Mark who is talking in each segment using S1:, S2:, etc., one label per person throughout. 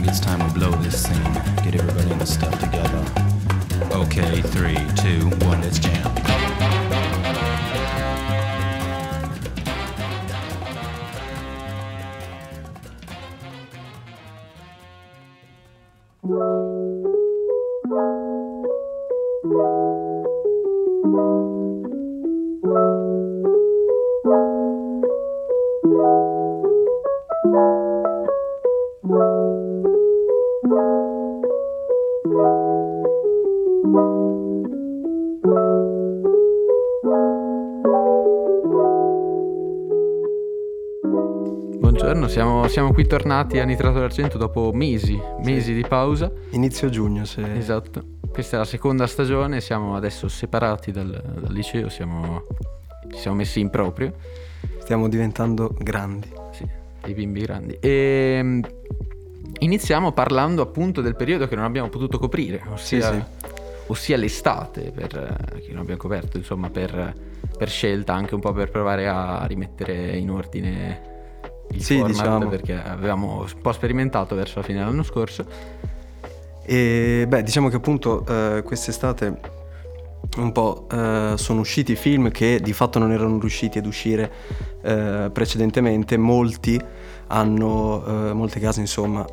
S1: think it's time we blow this scene. Get everybody in the stuff together. Okay, 3, 2, 1, let's jam.
S2: Buongiorno, siamo qui tornati a Nitrato d'Argento dopo mesi di pausa.
S3: Inizio giugno, sì.
S2: Esatto. Questa è la seconda stagione, siamo adesso separati dal liceo, ci siamo messi in proprio.
S3: Stiamo diventando grandi.
S2: Sì, dei bimbi grandi. E iniziamo parlando appunto del periodo che non abbiamo potuto coprire, ossia l'estate, che non abbiamo coperto, insomma, per scelta, anche un po' per provare a rimettere in ordine il format, diciamo, perché avevamo un po' sperimentato verso la fine dell'anno scorso.
S3: E diciamo che appunto quest'estate un po' sono usciti film che di fatto non erano riusciti ad uscire precedentemente. Molte case insomma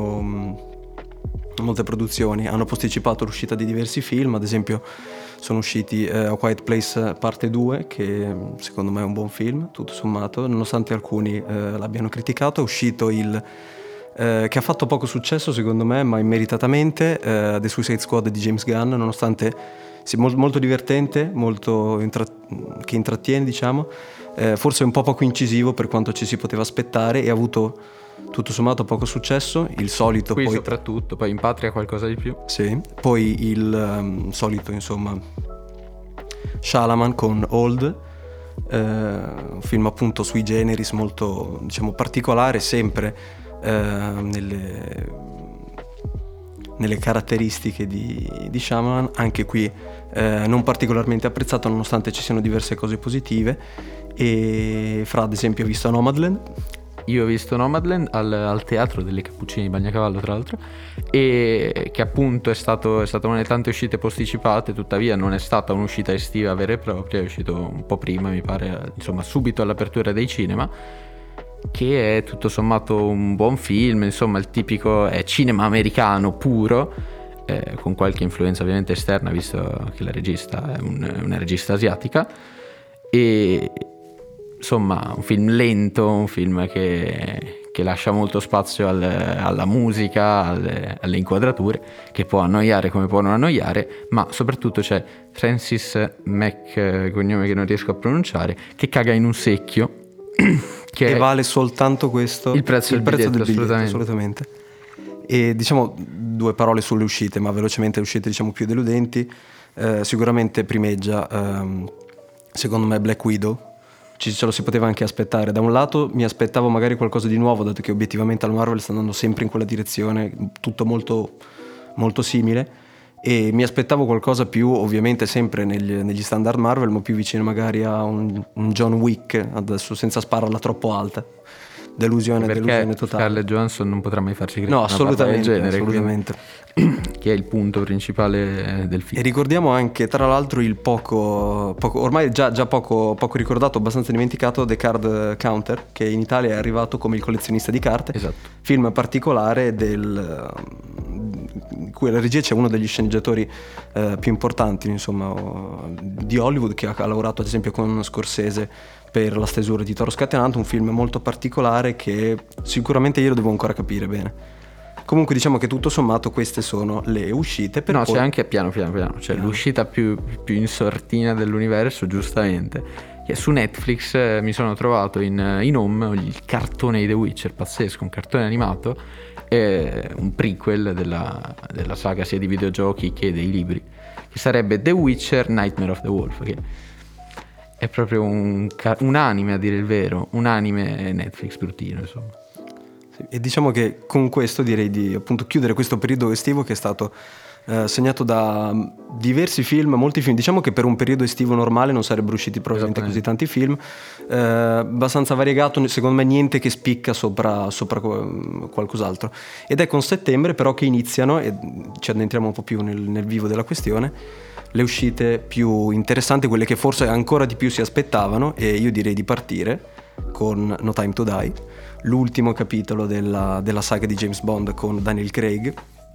S3: molte produzioni hanno posticipato l'uscita di diversi film. Ad esempio sono usciti A Quiet Place parte 2, che secondo me è un buon film tutto sommato, nonostante alcuni l'abbiano criticato. È uscito che ha fatto poco successo secondo me, ma immeritatamente, The Suicide Squad di James Gunn, nonostante sia molto divertente, che intrattiene, diciamo, forse un po' poco incisivo per quanto ci si poteva aspettare, e ha avuto tutto sommato poco successo, il solito.
S2: Qui poi, soprattutto, poi in patria qualcosa di più.
S3: Sì, poi il solito, insomma, Shalaman con Old, un film appunto sui generis molto, diciamo, particolare, sempre nelle caratteristiche di Shyamalan. Anche qui non particolarmente apprezzato, nonostante ci siano diverse cose positive. E Fra, ad esempio, ha visto Nomadland.
S2: Io ho visto Nomadland al Teatro delle Cappuccine di Bagnacavallo, tra l'altro, e che appunto è stata una delle tante uscite posticipate. Tuttavia non è stata un'uscita estiva vera e propria, è uscito un po' prima, mi pare, insomma subito all'apertura dei cinema, che è tutto sommato un buon film. Insomma, il tipico è cinema americano puro, con qualche influenza ovviamente esterna, visto che la regista è una regista asiatica. E insomma, un film lento, un film che lascia molto spazio alla musica, alle inquadrature, che può annoiare come può non annoiare, ma soprattutto c'è Francis cognome che non riesco a pronunciare, che caga in un secchio.
S3: Che vale soltanto questo,
S2: il prezzo del biglietto,
S3: assolutamente. E diciamo due parole sulle uscite, ma velocemente le uscite, diciamo, più deludenti. Sicuramente primeggia, secondo me, Black Widow. Ce lo si poteva anche aspettare. Da un lato mi aspettavo magari qualcosa di nuovo, dato che obiettivamente la Marvel sta andando sempre in quella direzione, tutto molto, molto simile, e mi aspettavo qualcosa più, ovviamente sempre negli standard Marvel, ma più vicino magari a un John Wick, adesso senza spararla troppo alta. Delusione totale.
S2: Scarlett Johansson non potrà mai farci credere.
S3: No, assolutamente,
S2: genere,
S3: assolutamente.
S2: Che è il punto principale del film.
S3: E ricordiamo anche, tra l'altro, il poco ormai già poco ricordato, abbastanza dimenticato, The Card Counter, che in Italia è arrivato come Il collezionista di carte.
S2: Esatto.
S3: Film particolare in cui alla regia c'è uno degli sceneggiatori più importanti, insomma, di Hollywood, che ha lavorato ad esempio con Scorsese per La stesura di Toro Scatenato. Un film molto particolare che sicuramente io lo devo ancora capire bene. Comunque diciamo che tutto sommato queste sono le uscite.
S2: No, c'è anche piano, c'è l'uscita più in sortina dell'universo, giustamente, che su Netflix mi sono trovato in Home il cartone di The Witcher, pazzesco, un cartone animato, un prequel della saga sia di videogiochi che dei libri, che sarebbe The Witcher Nightmare of the Wolf, che è proprio un anime, a dire il vero, un anime Netflix bruttino, insomma.
S3: E diciamo che con questo direi di appunto chiudere questo periodo estivo, che è stato segnato da diversi film, molti film. Diciamo che per un periodo estivo normale non sarebbero usciti probabilmente così tanti film, abbastanza variegato, secondo me niente che spicca sopra qualcos'altro. Ed è con settembre però che iniziano, e ci addentriamo un po' più nel vivo della questione, le uscite più interessanti, quelle che forse ancora di più si aspettavano, e io direi di partire con No Time to Die, l'ultimo capitolo della saga di James Bond con Daniel Craig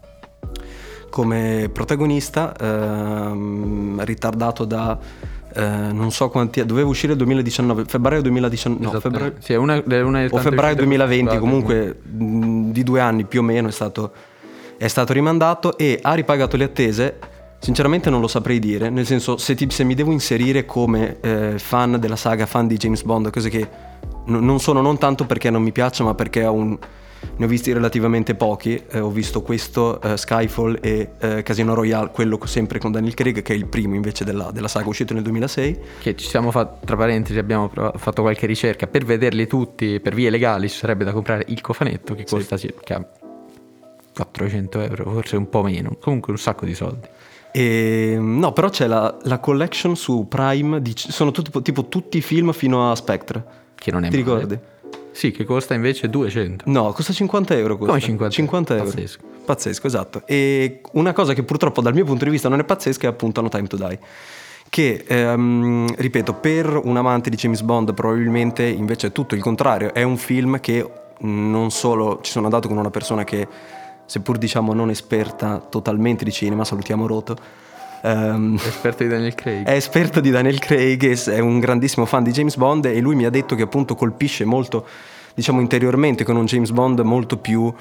S3: come protagonista, ritardato da non so quanti, doveva uscire il 2019, febbraio 2019, no, febbraio,
S2: sì, una
S3: o febbraio 2020, comunque di 2 anni più o meno è stato rimandato e ha ripagato le attese. Sinceramente non lo saprei dire, nel senso, se mi devo inserire come fan della saga, fan di James Bond, cose che non sono, non tanto perché non mi piaccia, ma perché ne ho visti relativamente pochi. Ho visto questo, Skyfall e Casino Royale, quello sempre con Daniel Craig, che è il primo invece della saga, uscito nel 2006.
S2: Che ci siamo fatti, tra parentesi, abbiamo fatto qualche ricerca per vederli tutti per vie legali. Ci sarebbe da comprare il cofanetto, che costa circa 400 euro, forse un po' meno, comunque un sacco di soldi.
S3: No, però c'è la collection su Prime, sono tipo tutti i film fino a Spectre,
S2: che non è
S3: ti
S2: male.
S3: ricordi?
S2: Sì, che costa invece 200.
S3: No, costa 50 euro.
S2: Come 50
S3: euro?
S2: Pazzesco,
S3: esatto. E una cosa che purtroppo dal mio punto di vista non è pazzesca è appunto No Time to Die, che ripeto, per un amante di James Bond probabilmente invece è tutto il contrario. È un film che non solo ci sono andato con una persona che, seppur diciamo non esperta totalmente di cinema, salutiamo Roto,
S2: esperto di Daniel Craig.
S3: È esperto di Daniel Craig, è un grandissimo fan di James Bond, e lui mi ha detto che appunto colpisce molto, diciamo, interiormente, con un James Bond molto più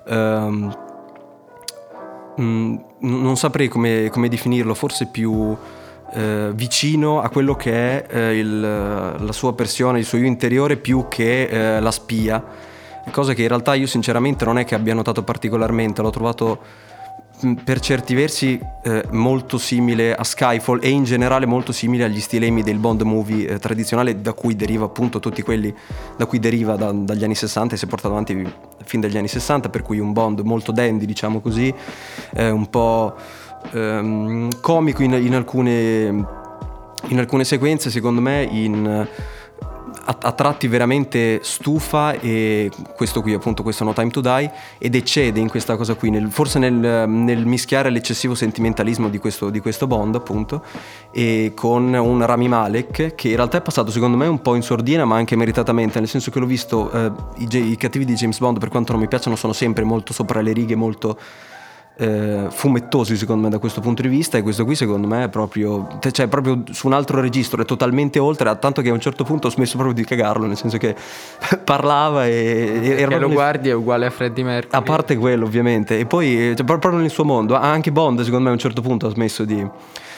S3: non saprei come definirlo, forse più vicino a quello che è la sua persona, il suo io interiore, più che la spia, cosa che in realtà io sinceramente non è che abbia notato particolarmente. L'ho trovato per certi versi molto simile a Skyfall, e in generale molto simile agli stilemi del Bond movie tradizionale, da cui deriva appunto tutti quelli, da cui deriva dagli anni 60 e si è portato avanti fin dagli anni 60, per cui un Bond molto dandy, diciamo così, un po' comico in alcune sequenze, secondo me a tratti veramente stufa, e questo qui appunto, questo No Time to Die, ed eccede in questa cosa qui, forse nel mischiare l'eccessivo sentimentalismo di questo Bond appunto, e con un Rami Malek che in realtà è passato secondo me un po' in sordina, ma anche meritatamente, nel senso che l'ho visto, i cattivi di James Bond, per quanto non mi piacciono, sono sempre molto sopra le righe, molto fumettosi secondo me da questo punto di vista, e questo qui secondo me è proprio su un altro registro, è totalmente oltre, tanto che a un certo punto ho smesso proprio di cagarlo, nel senso che parlava e
S2: lo guardi è uguale a Freddie Mercury,
S3: a parte quello ovviamente, e poi proprio nel suo mondo. Anche Bond secondo me a un certo punto ha smesso di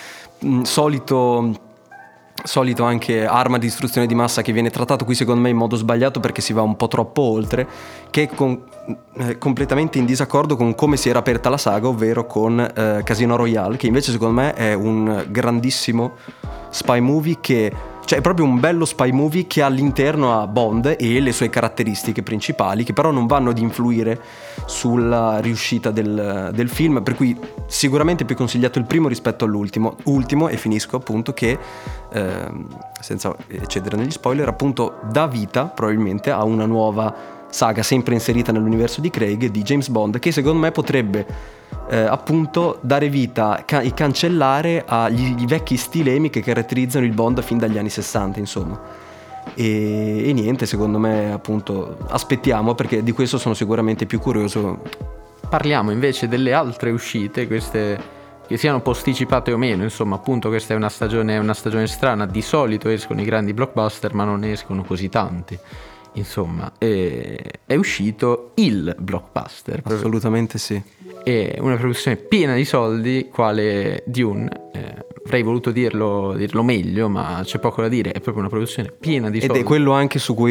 S3: solito anche arma di distruzione di massa, che viene trattato qui secondo me in modo sbagliato, perché si va un po' troppo oltre, che è completamente in disaccordo con come si era aperta la saga, ovvero con Casino Royale, che invece secondo me è un grandissimo spy movie, cioè è proprio un bello spy movie che all'interno ha Bond e le sue caratteristiche principali, che però non vanno ad influire sulla riuscita del film, per cui sicuramente è più consigliato il primo rispetto all'ultimo. E finisco appunto che senza eccedere negli spoiler, appunto dà vita probabilmente a una nuova saga sempre inserita nell'universo di Craig, di James Bond, che secondo me potrebbe appunto dare vita e cancellare agli vecchi stilemi che caratterizzano il Bond fin dagli anni 60, insomma. E niente, secondo me appunto aspettiamo, perché di questo sono sicuramente più curioso.
S2: Parliamo invece delle altre uscite, queste che siano posticipate o meno, insomma, appunto questa è una stagione strana. Di solito escono i grandi blockbuster, ma non ne escono così tanti. Insomma, è uscito il blockbuster.
S3: Assolutamente sì.
S2: È una produzione piena di soldi, quale Dune. Avrei voluto dirlo meglio, ma c'è poco da dire. È proprio una produzione piena di soldi.
S3: Ed è quello anche su cui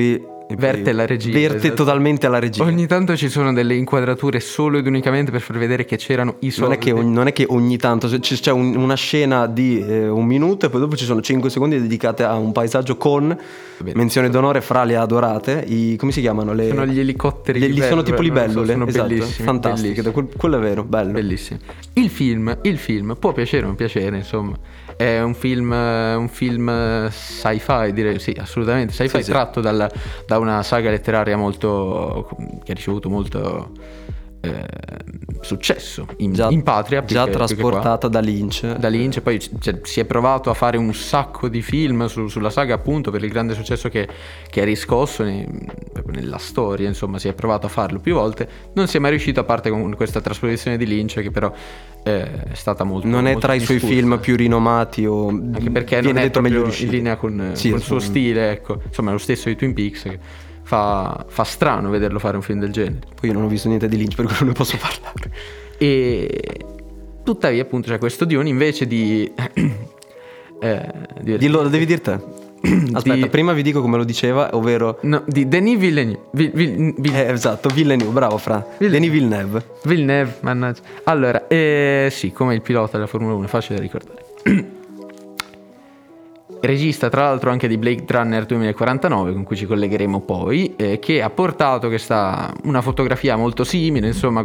S3: E
S2: Verte
S3: poi
S2: la regia,
S3: verte
S2: esatto.
S3: totalmente alla regia.
S2: Ogni tanto ci sono delle inquadrature solo ed unicamente per far vedere che c'erano i soldi.
S3: Non è che ogni tanto c'è una scena di 1 minuto e poi dopo ci sono 5 secondi dedicate a un paesaggio con menzione d'onore fra le adorate, come si chiamano?
S2: Sono gli elicotteri
S3: sono tipo libellule,
S2: sono
S3: esatto,
S2: bellissimi,
S3: fantastiche,
S2: bellissimi.
S3: quello è vero, bello.
S2: Bellissimo. Il film può piacere o non piacere, insomma. È un film sci-fi, direi, sì, assolutamente sci-fi,
S3: Sì.
S2: tratto da una saga letteraria molto che ha ricevuto molto successo in patria,
S3: già
S2: più che
S3: trasportata
S2: qua.
S3: da Lynch.
S2: Da Lynch, poi si è provato a fare un sacco di film sulla saga, appunto per il grande successo che ha riscosso proprio nella storia, insomma si è provato a farlo più volte, non si è mai riuscito, a parte con questa trasposizione di Lynch che però è stata molto,
S3: non è
S2: molto
S3: tra i suoi
S2: discussa.
S3: film più rinomati, o
S2: Anche perché
S3: viene
S2: non è
S3: detto meglio
S2: proprio in
S3: riusciti.
S2: linea con
S3: Sì,
S2: il suo stile, ecco. Insomma è lo stesso di Twin Peaks, che fa strano vederlo fare un film del genere.
S3: Poi io non ho visto niente di Lynch, per cui non ne posso parlare.
S2: E tuttavia appunto c'è questo Dune invece di
S3: Dillo, lo devi dire te. Aspetta, prima vi dico come lo diceva, ovvero
S2: no, di Denis Villeneuve.
S3: esatto, Villeneuve, bravo Fra. Denis Villeneuve.
S2: Villeneuve, mannaggia. Allora, sì, come il pilota della Formula 1, facile da ricordare. Regista tra l'altro anche di Blade Runner 2049, con cui ci collegheremo poi, che ha portato una fotografia molto simile, insomma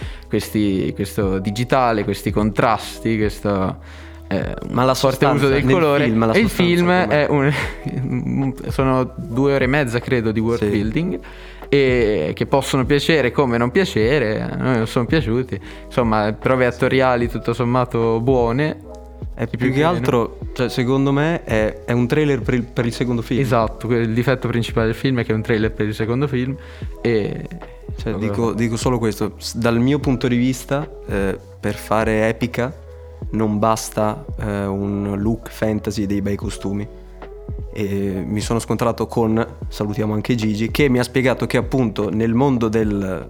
S2: questo digitale, questo contrasti, questo
S3: Ma la
S2: forte
S3: sostanza
S2: uso del
S3: nel
S2: colore.
S3: film, la
S2: e il
S3: sostanza
S2: film
S3: com'è?
S2: sono 2 ore e mezza credo di world building, e che possono piacere come non piacere. A noi non sono piaciuti, insomma prove attoriali tutto sommato buone.
S3: È più che altro, cioè, secondo me è un trailer per il secondo film.
S2: Esatto, il difetto principale del film è che è un trailer per il secondo film. E
S3: Cioè, dico solo questo, dal mio punto di vista, per fare epica non basta un look fantasy dei bei costumi. E mi sono scontrato con, salutiamo anche Gigi, che mi ha spiegato che appunto nel mondo del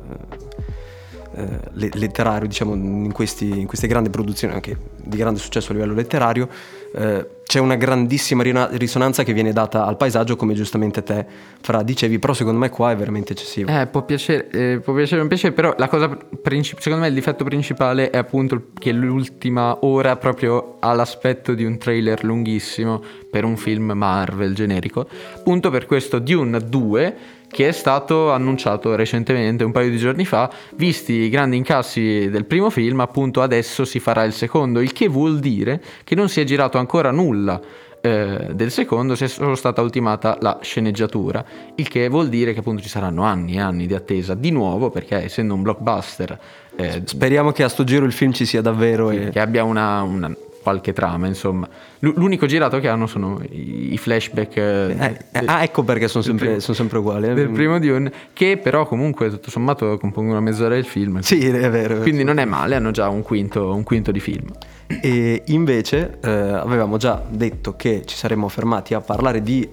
S3: letterario, diciamo, in queste grandi produzioni anche di grande successo a livello letterario, c'è una grandissima risonanza che viene data al paesaggio, come giustamente te Fra dicevi, però secondo me qua è veramente eccessivo.
S2: può piacere o non piacere, però la cosa secondo me il difetto principale è appunto che l'ultima ora proprio ha l'aspetto di un trailer lunghissimo per un film Marvel generico, appunto per questo Dune 2 che è stato annunciato recentemente, un paio di giorni fa. Visti i grandi incassi del primo film, appunto adesso si farà il secondo, il che vuol dire che non si è girato ancora nulla del secondo, si è solo stata ultimata la sceneggiatura, il che vuol dire che appunto ci saranno anni e anni di attesa di nuovo, perché essendo un blockbuster
S3: speriamo che a sto giro il film ci sia davvero
S2: che abbia una qualche trama, insomma. L'unico girato che hanno sono i flashback
S3: ecco perché sono sempre uguali
S2: del primo Dune, che però comunque tutto sommato compongono mezz'ora del film.
S3: Sì, è vero.
S2: Quindi non è male, hanno già un quinto di film.
S3: E invece avevamo già detto che ci saremmo fermati a parlare di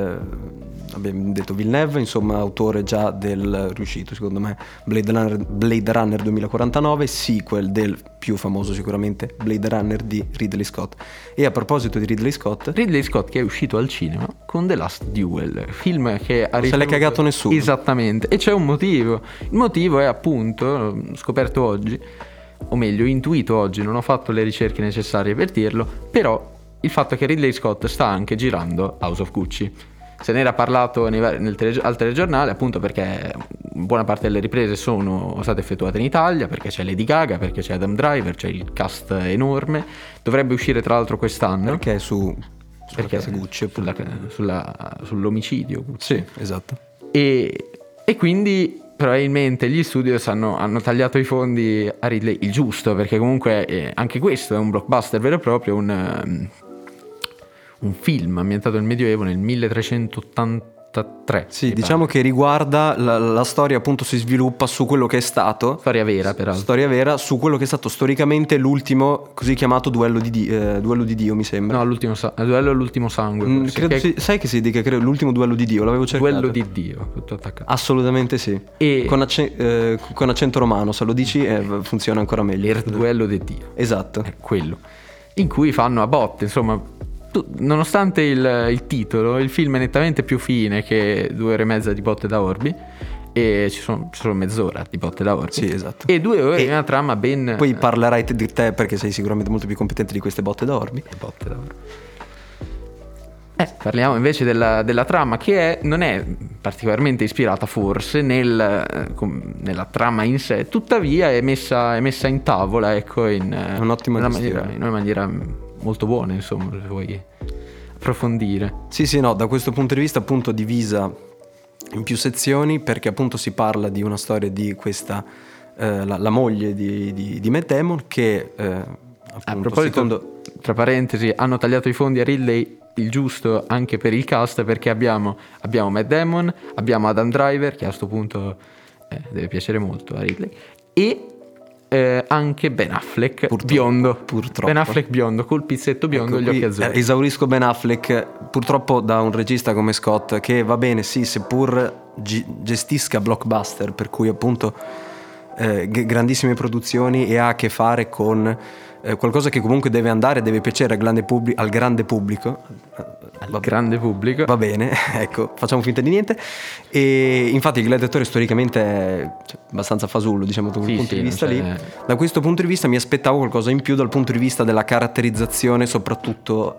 S3: abbiamo detto Villeneuve, insomma autore già del riuscito secondo me Blade Runner 2049, sequel del più famoso sicuramente Blade Runner di Ridley Scott. E a proposito di Ridley Scott che è uscito al cinema con The Last Duel, film che ha se l'è cagato nessuno.
S2: Esattamente, e c'è un motivo. Il motivo è appunto, scoperto oggi, o meglio intuito oggi, non ho fatto le ricerche necessarie per dirlo, però il fatto che Ridley Scott sta anche girando House of Gucci. Se ne era parlato al telegiornale, appunto perché buona parte delle riprese sono state effettuate in Italia, perché c'è Lady Gaga, perché c'è Adam Driver, c'è il cast enorme. Dovrebbe uscire tra l'altro quest'anno.
S3: Perché sulla casa Gucci,
S2: sull'omicidio Gucci.
S3: Sì, esatto.
S2: E quindi probabilmente gli studios hanno tagliato i fondi a Ridley, il giusto, perché comunque anche questo è un blockbuster vero e proprio, un film ambientato nel Medioevo nel 1383.
S3: Sì, diciamo che riguarda la storia, appunto si sviluppa su quello che è stato.
S2: Storia vera, peraltro.
S3: Storia vera, su quello che è stato storicamente l'ultimo così chiamato duello di Dio, mi sembra.
S2: No, duello all'ultimo sangue.
S3: Sai che si dica, credo, l'ultimo duello di Dio, l'avevo cercato.
S2: Duello di Dio, tutto attaccato.
S3: Assolutamente sì.
S2: E
S3: con accento romano, se lo dici funziona ancora meglio.
S2: Il duello di Dio.
S3: Esatto.
S2: È quello. In cui fanno a botte, insomma, nonostante il titolo, il film è nettamente più fine che 2 ore e mezza di botte da orbi, e ci sono mezz'ora di botte da orbi.
S3: Sì, esatto.
S2: E 2 ore di una trama ben...
S3: Poi parlerai di te perché sei sicuramente molto più competente di queste botte da orbi.
S2: Botte da orbi. Parliamo invece della trama, che non è particolarmente ispirata forse nella trama in sé, tuttavia è messa in tavola, ecco,
S3: un'ottima
S2: in una maniera molto buona, insomma, se vuoi approfondire.
S3: Sì, no, da questo punto di vista appunto divisa in più sezioni, perché appunto si parla di una storia di questa la moglie di Matt Damon, che appunto,
S2: a proposito, tra parentesi, hanno tagliato i fondi a Ridley il giusto anche per il cast, perché abbiamo Matt Damon, abbiamo Adam Driver, che a sto punto deve piacere molto a Ridley, e anche Ben Affleck, biondo.
S3: Purtroppo.
S2: Ben Affleck biondo, col pizzetto biondo e gli occhi azzurri.
S3: Esaurisco Ben Affleck, purtroppo da un regista come Scott, che va bene, sì, seppur gestisca blockbuster, per cui appunto grandissime produzioni, e ha a che fare con qualcosa che comunque deve piacere al grande pubblico.
S2: Grande pubblico.
S3: Va bene, ecco, facciamo finta di niente. E infatti il Gladiatore storicamente è abbastanza fasullo, diciamo, da quel punto di vista lì. Da questo punto di vista mi aspettavo qualcosa in più dal punto di vista della caratterizzazione, soprattutto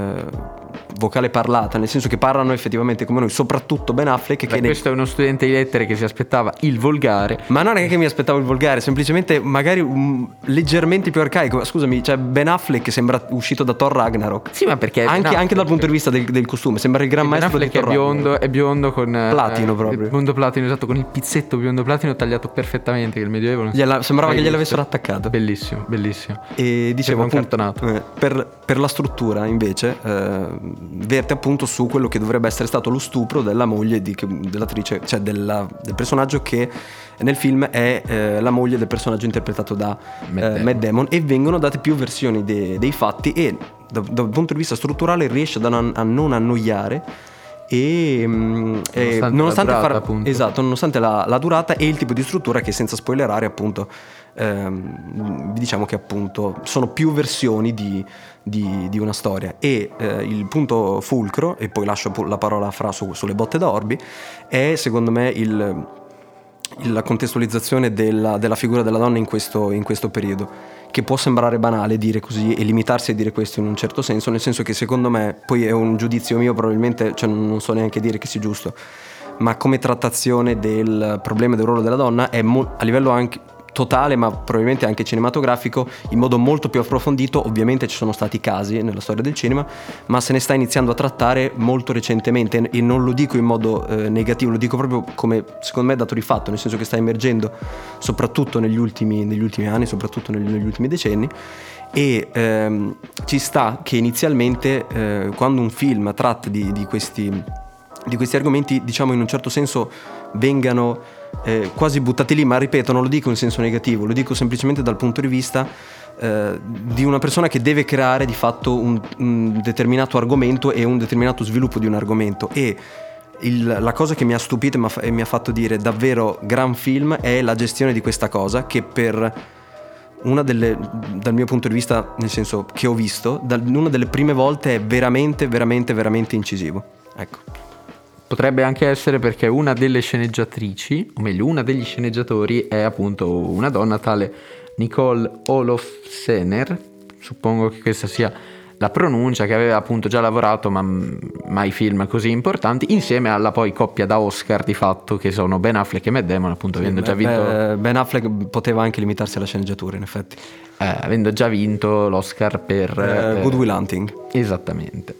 S3: vocale parlata, nel senso che parlano effettivamente come noi, soprattutto Ben Affleck.
S2: Questo è uno studente di lettere che si aspettava il volgare.
S3: Ma non è che mi aspettavo il volgare, semplicemente magari leggermente più arcaico. Scusami, cioè Ben Affleck sembra uscito da Thor Ragnarok.
S2: Sì, ma perché
S3: anche dal punto di vista del costume sembra il gran maestro di Thor Ragnarok.
S2: È biondo con
S3: platino proprio.
S2: Biondo platino, esatto, con il pizzetto biondo platino tagliato perfettamente, che il Medioevo
S3: sembrava che gliel'avessero attaccato.
S2: Bellissimo.
S3: E dicevo
S2: appunto,
S3: per la struttura invece verte appunto su quello che dovrebbe essere stato lo stupro della moglie dell'attrice, cioè del personaggio che nel film è la moglie del personaggio interpretato da Matt Damon, e vengono date più versioni dei fatti, e dal punto di vista strutturale riesce a non annoiare, e nonostante la durata e il tipo di struttura, che senza spoilerare appunto diciamo che appunto sono più versioni di una storia, e il punto fulcro, e poi lascio la parola a Fra sulle botte da orbi, è secondo me la contestualizzazione della figura della donna in questo periodo, che può sembrare banale dire così e limitarsi a dire questo in un certo senso, nel senso che secondo me, poi è un giudizio mio probabilmente, cioè non so neanche dire che sia giusto, ma come trattazione del problema del ruolo della donna è a livello anche totale, ma probabilmente anche cinematografico, in modo molto più approfondito. Ovviamente ci sono stati casi nella storia del cinema, ma se ne sta iniziando a trattare molto recentemente, e non lo dico in modo negativo, lo dico proprio come secondo me dato di fatto, nel senso che sta emergendo soprattutto negli ultimi anni, soprattutto negli ultimi decenni. E ci sta che inizialmente quando un film tratta di questi argomenti, diciamo, in un certo senso vengano quasi buttati lì, ma ripeto, non lo dico in senso negativo, lo dico semplicemente dal punto di vista di una persona che deve creare di fatto un determinato argomento e un determinato sviluppo di un argomento. E la cosa che mi ha stupito e mi ha fatto dire davvero gran film è la gestione di questa cosa, che per dal mio punto di vista, nel senso che ho visto, una delle prime volte è veramente veramente veramente incisivo, ecco.
S2: Potrebbe anche essere perché una delle sceneggiatrici, o meglio una degli sceneggiatori, è appunto una donna, tale Nicole Olofsener, suppongo che questa sia la pronuncia, che aveva appunto già lavorato ma mai film così importanti, insieme alla poi coppia da Oscar di fatto, che sono Ben Affleck e Matt Damon, appunto, avendo già vinto.
S3: Ben Affleck poteva anche limitarsi alla sceneggiatura, in effetti,
S2: avendo già vinto l'Oscar per
S3: Good Will Hunting.
S2: Esattamente.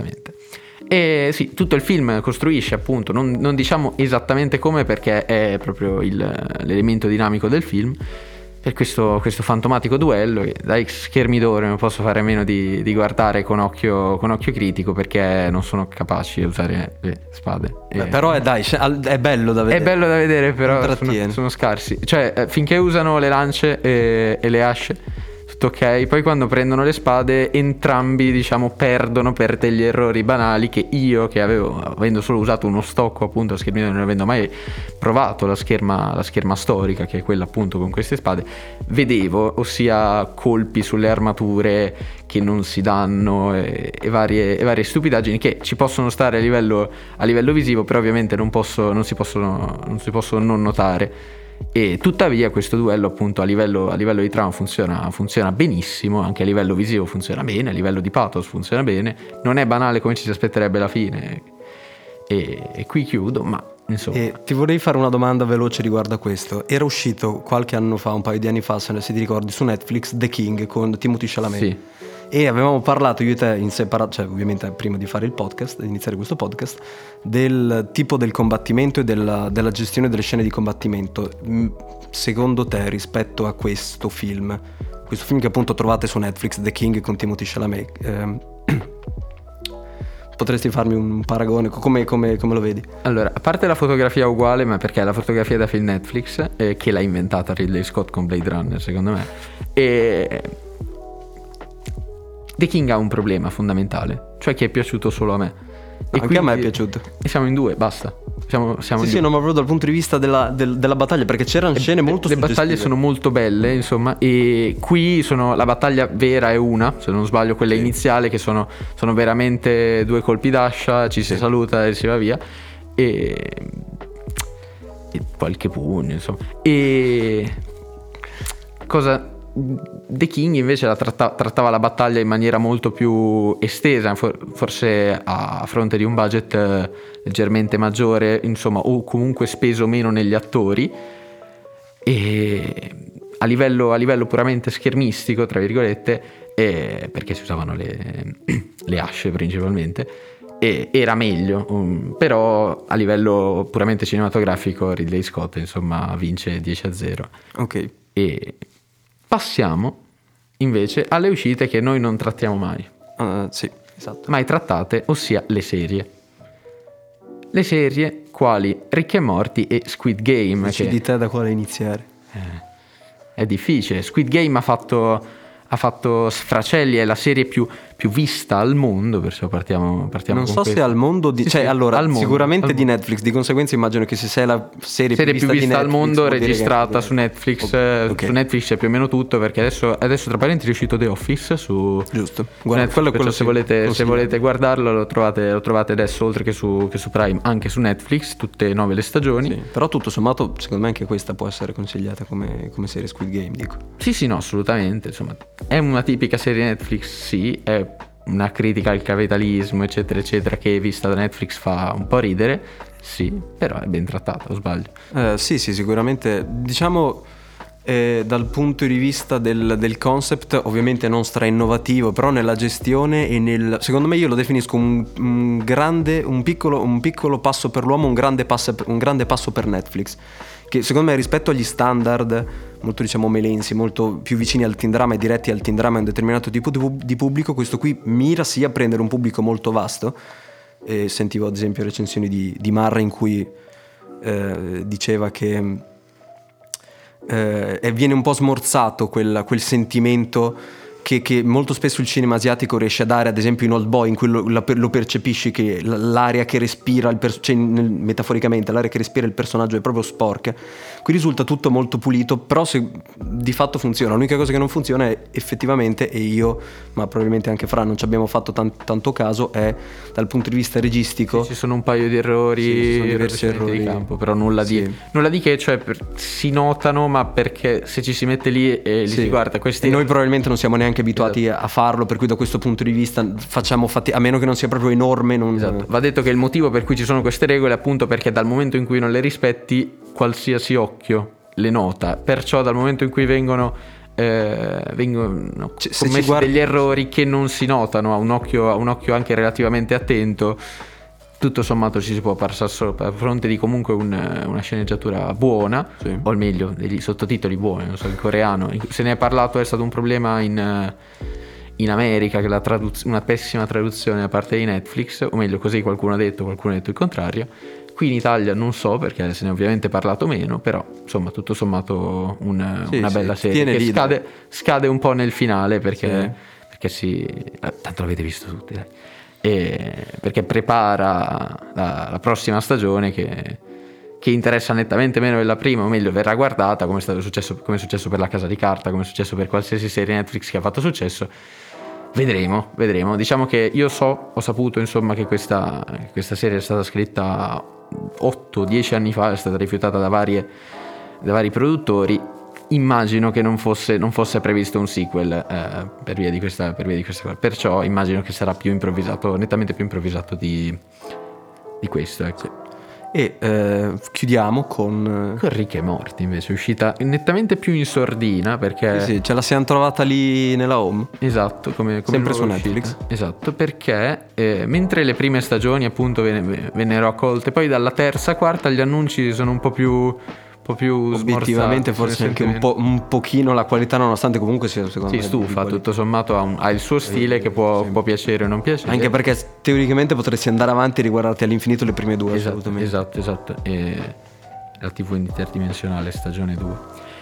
S2: E sì, tutto il film costruisce appunto, non diciamo esattamente come, perché è proprio l'elemento dinamico del film, per questo fantomatico duello, che da ex schermidore non posso fare a meno di guardare con occhio critico, perché non sono capaci di usare le spade.
S3: Però è bello da vedere.
S2: È bello da vedere, però sono scarsi. Cioè, finché usano le lance e le asce, tutto ok. Poi quando prendono le spade entrambi, diciamo, perdono per degli errori banali che io, che avendo solo usato uno stocco appunto a schermino, non avendo mai provato la scherma storica, che è quella appunto con queste spade, vedevo, ossia colpi sulle armature che non si danno e varie stupidaggini che ci possono stare a livello visivo, però ovviamente non si possono non notare. E tuttavia questo duello appunto a livello di trama funziona benissimo, anche a livello visivo funziona bene, a livello di pathos funziona bene, non è banale come ci si aspetterebbe alla fine, e qui chiudo, ma insomma.
S3: E ti vorrei fare una domanda veloce riguardo a questo. Era uscito qualche anno fa, un paio di anni fa, se ti ricordi, su Netflix, The King con Timothée Chalamet.
S2: Sì.
S3: E avevamo parlato io e te in separato, cioè ovviamente prima di fare il podcast, di iniziare questo podcast, del tipo del combattimento e della gestione delle scene di combattimento. Secondo te, rispetto a questo film che appunto trovate su Netflix, The King con Timothée Chalamet, potresti farmi un paragone? Come lo vedi?
S2: Allora, a parte la fotografia uguale, ma perché è la fotografia da film Netflix, che l'ha inventata Ridley Scott con Blade Runner, secondo me. E The King ha un problema fondamentale, cioè che è piaciuto solo a me.
S3: E anche a me è piaciuto.
S2: E siamo in due, basta. Siamo
S3: sì, no, ma proprio dal punto di vista della battaglia, perché c'erano scene molto
S2: le
S3: suggestive.
S2: battaglie sono molto belle, insomma, e qui la battaglia vera è una, se non sbaglio, quella iniziale, che sono veramente due colpi d'ascia, ci si saluta e si va via, e qualche pugno, insomma. E The King invece trattava la battaglia in maniera molto più estesa, forse a fronte di un budget leggermente maggiore, insomma, o comunque speso meno negli attori, e a livello puramente schermistico, tra virgolette, perché si usavano le asce principalmente, e era meglio, però a livello puramente cinematografico Ridley Scott, insomma, vince 10-0.
S3: Ok.
S2: E passiamo invece alle uscite che noi non trattiamo mai.
S3: Sì, esatto.
S2: Mai trattate, ossia le serie. Le serie quali Rick e Morty e Squid Game.
S3: Decidi te da quale iniziare.
S2: È difficile. Squid Game ha fatto sfracelli, è la serie più vista al mondo, perciò partiamo
S3: non so
S2: questo.
S3: Se al mondo
S2: sì,
S3: allora
S2: al mondo,
S3: sicuramente di Netflix, di conseguenza immagino che se sei la serie più vista
S2: al
S3: Netflix,
S2: mondo, registrata su Netflix.
S3: Okay.
S2: Su Netflix c'è più o meno tutto, perché adesso tra parentesi è uscito The Office su
S3: giusto.
S2: Guarda, quello se volete guardarlo lo trovate adesso, oltre che su Prime, anche su Netflix, tutte e 9 le stagioni.
S3: Sì, però tutto sommato secondo me anche questa può essere consigliata come serie Squid Game, dico.
S2: Sì, no, assolutamente, insomma, è una tipica serie Netflix, sì, è una critica al capitalismo, eccetera eccetera, che vista da Netflix fa un po' ridere, sì, però è ben trattata, o sbaglio?
S3: Sì, sicuramente, diciamo, dal punto di vista del concept, ovviamente non stra innovativo, però nella gestione e secondo me io lo definisco un piccolo passo per l'uomo, un grande passo per Netflix, che secondo me rispetto agli standard molto, diciamo, melensi, molto più vicini al teen drama e diretti al teen drama e a un determinato tipo di pubblico, questo qui mira sia a prendere un pubblico molto vasto. Sentivo ad esempio recensioni di Marra in cui diceva che viene un po' smorzato quel sentimento che molto spesso il cinema asiatico riesce a dare, ad esempio in Old Boy, in cui lo percepisci che l'aria che respira metaforicamente l'aria che respira il personaggio è proprio sporca. Qui risulta tutto molto pulito, però di fatto funziona. L'unica cosa che non funziona è effettivamente, e io, ma probabilmente anche Fra, non ci abbiamo fatto tanto caso, è dal punto di vista registico.
S2: Sì, ci sono un paio di errori,
S3: ci sono diversi errori
S2: di campo, però nulla di che, cioè si notano, ma perché se ci si mette lì e li si guarda questi,
S3: e noi probabilmente non siamo neanche abituati a farlo, per cui da questo punto di vista facciamo fatica, a meno che non sia proprio enorme.
S2: Esatto. Va detto che il motivo per cui ci sono queste regole è appunto perché dal momento in cui non le rispetti qualsiasi occhio le nota, perciò dal momento in cui vengono commessi degli errori che non si notano a un occhio anche relativamente attento, tutto sommato ci si può passare solo a fronte di comunque una sceneggiatura buona, sì, o meglio degli sottotitoli buoni, non so, in coreano se ne è parlato, è stato un problema in in America, che una pessima traduzione da parte di Netflix, o meglio così qualcuno ha detto il contrario. Qui in Italia non so, perché se ne è ovviamente parlato meno, però insomma tutto sommato una bella serie che scade un po' nel finale perché tanto l'avete visto tutti, dai. Perché prepara la prossima stagione che interessa nettamente meno della prima, o meglio verrà guardata come è successo per La Casa di Carta, come è successo per qualsiasi serie Netflix che ha fatto successo. Vedremo. Diciamo che ho saputo insomma che questa serie è stata scritta 8-10 anni fa, è stata rifiutata da vari produttori. Immagino che non fosse previsto un sequel per via di questa cosa. Perciò immagino che sarà più improvvisato, nettamente più improvvisato di questo, ecco.
S3: E chiudiamo con
S2: Rick e Morty, invece, uscita nettamente più in sordina, perché
S3: sì, ce la siamo trovata lì nella home.
S2: Esatto, come
S3: sempre su
S2: nuova
S3: Netflix.
S2: uscita. Esatto, perché mentre le prime stagioni appunto vennero accolte, poi dalla terza, quarta gli annunci sono un po' più
S3: obiettivamente forse anche un pochino la qualità, nonostante comunque sia secondo me
S2: stufa, tutto sommato ha il suo stile che può piacere o non piacere,
S3: anche perché teoricamente potresti andare avanti e riguardarti all'infinito le prime due. Assolutamente.
S2: Esatto. E la TV interdimensionale stagione 2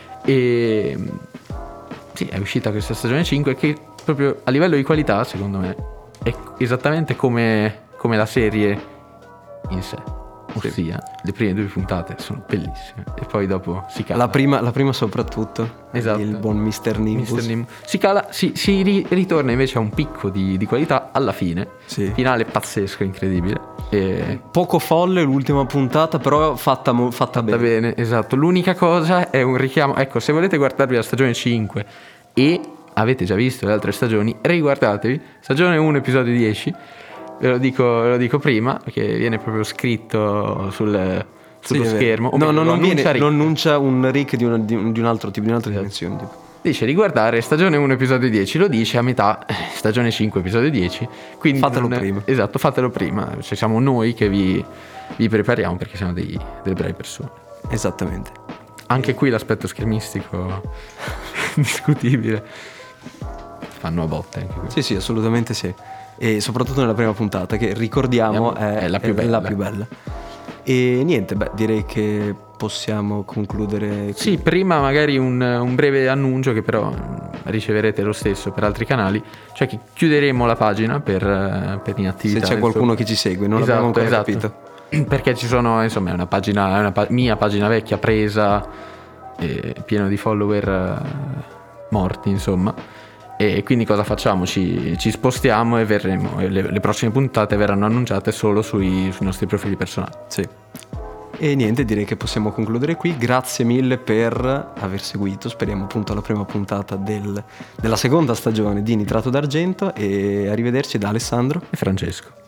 S2: e sì, è uscita questa stagione 5 che proprio a livello di qualità secondo me è esattamente come la serie in sé. Ossia, le prime 2 puntate sono bellissime e poi dopo si cala.
S3: La prima soprattutto.
S2: Esatto.
S3: Il buon Mr. Nimbus.
S2: Si cala, si ritorna invece a un picco di qualità alla fine.
S3: Sì.
S2: Finale pazzesco, incredibile.
S3: Poco folle l'ultima puntata, però fatta bene.
S2: Esatto. L'unica cosa è un richiamo. Ecco, se volete guardarvi la stagione 5 e avete già visto le altre stagioni, riguardatevi stagione 1 episodio 10. Ve lo dico prima, perché viene proprio scritto sullo schermo.
S3: No, non annuncia un Rick di un altro tipo, di un'altra dimensione. Tipo.
S2: Dice di guardare stagione 1 episodio 10, lo dice a metà stagione 5 episodio 10. Quindi
S3: fatelo prima.
S2: Esatto, fatelo prima. Cioè, siamo noi che vi prepariamo, perché siamo delle brave persone.
S3: Esattamente.
S2: Anche qui l'aspetto schermistico discutibile. Fanno a botte anche qui.
S3: Sì, assolutamente sì. E soprattutto nella prima puntata, che ricordiamo è la più bella. E niente, direi che possiamo concludere qui.
S2: Sì, prima magari un breve annuncio che però riceverete lo stesso per altri canali, cioè che chiuderemo la pagina per inattività.
S3: Se c'è qualcuno che ci segue, non l'abbiamo ancora capito.
S2: Perché ci sono, insomma, è una mia pagina vecchia presa, pieno di follower morti, insomma. E quindi cosa facciamo? Ci spostiamo e le prossime puntate verranno annunciate solo sui nostri profili personali.
S3: Sì. E niente, direi che possiamo concludere qui. Grazie mille per aver seguito, speriamo appunto alla prima puntata della seconda stagione di Nitrato d'Argento, e arrivederci da Alessandro
S2: e Francesco.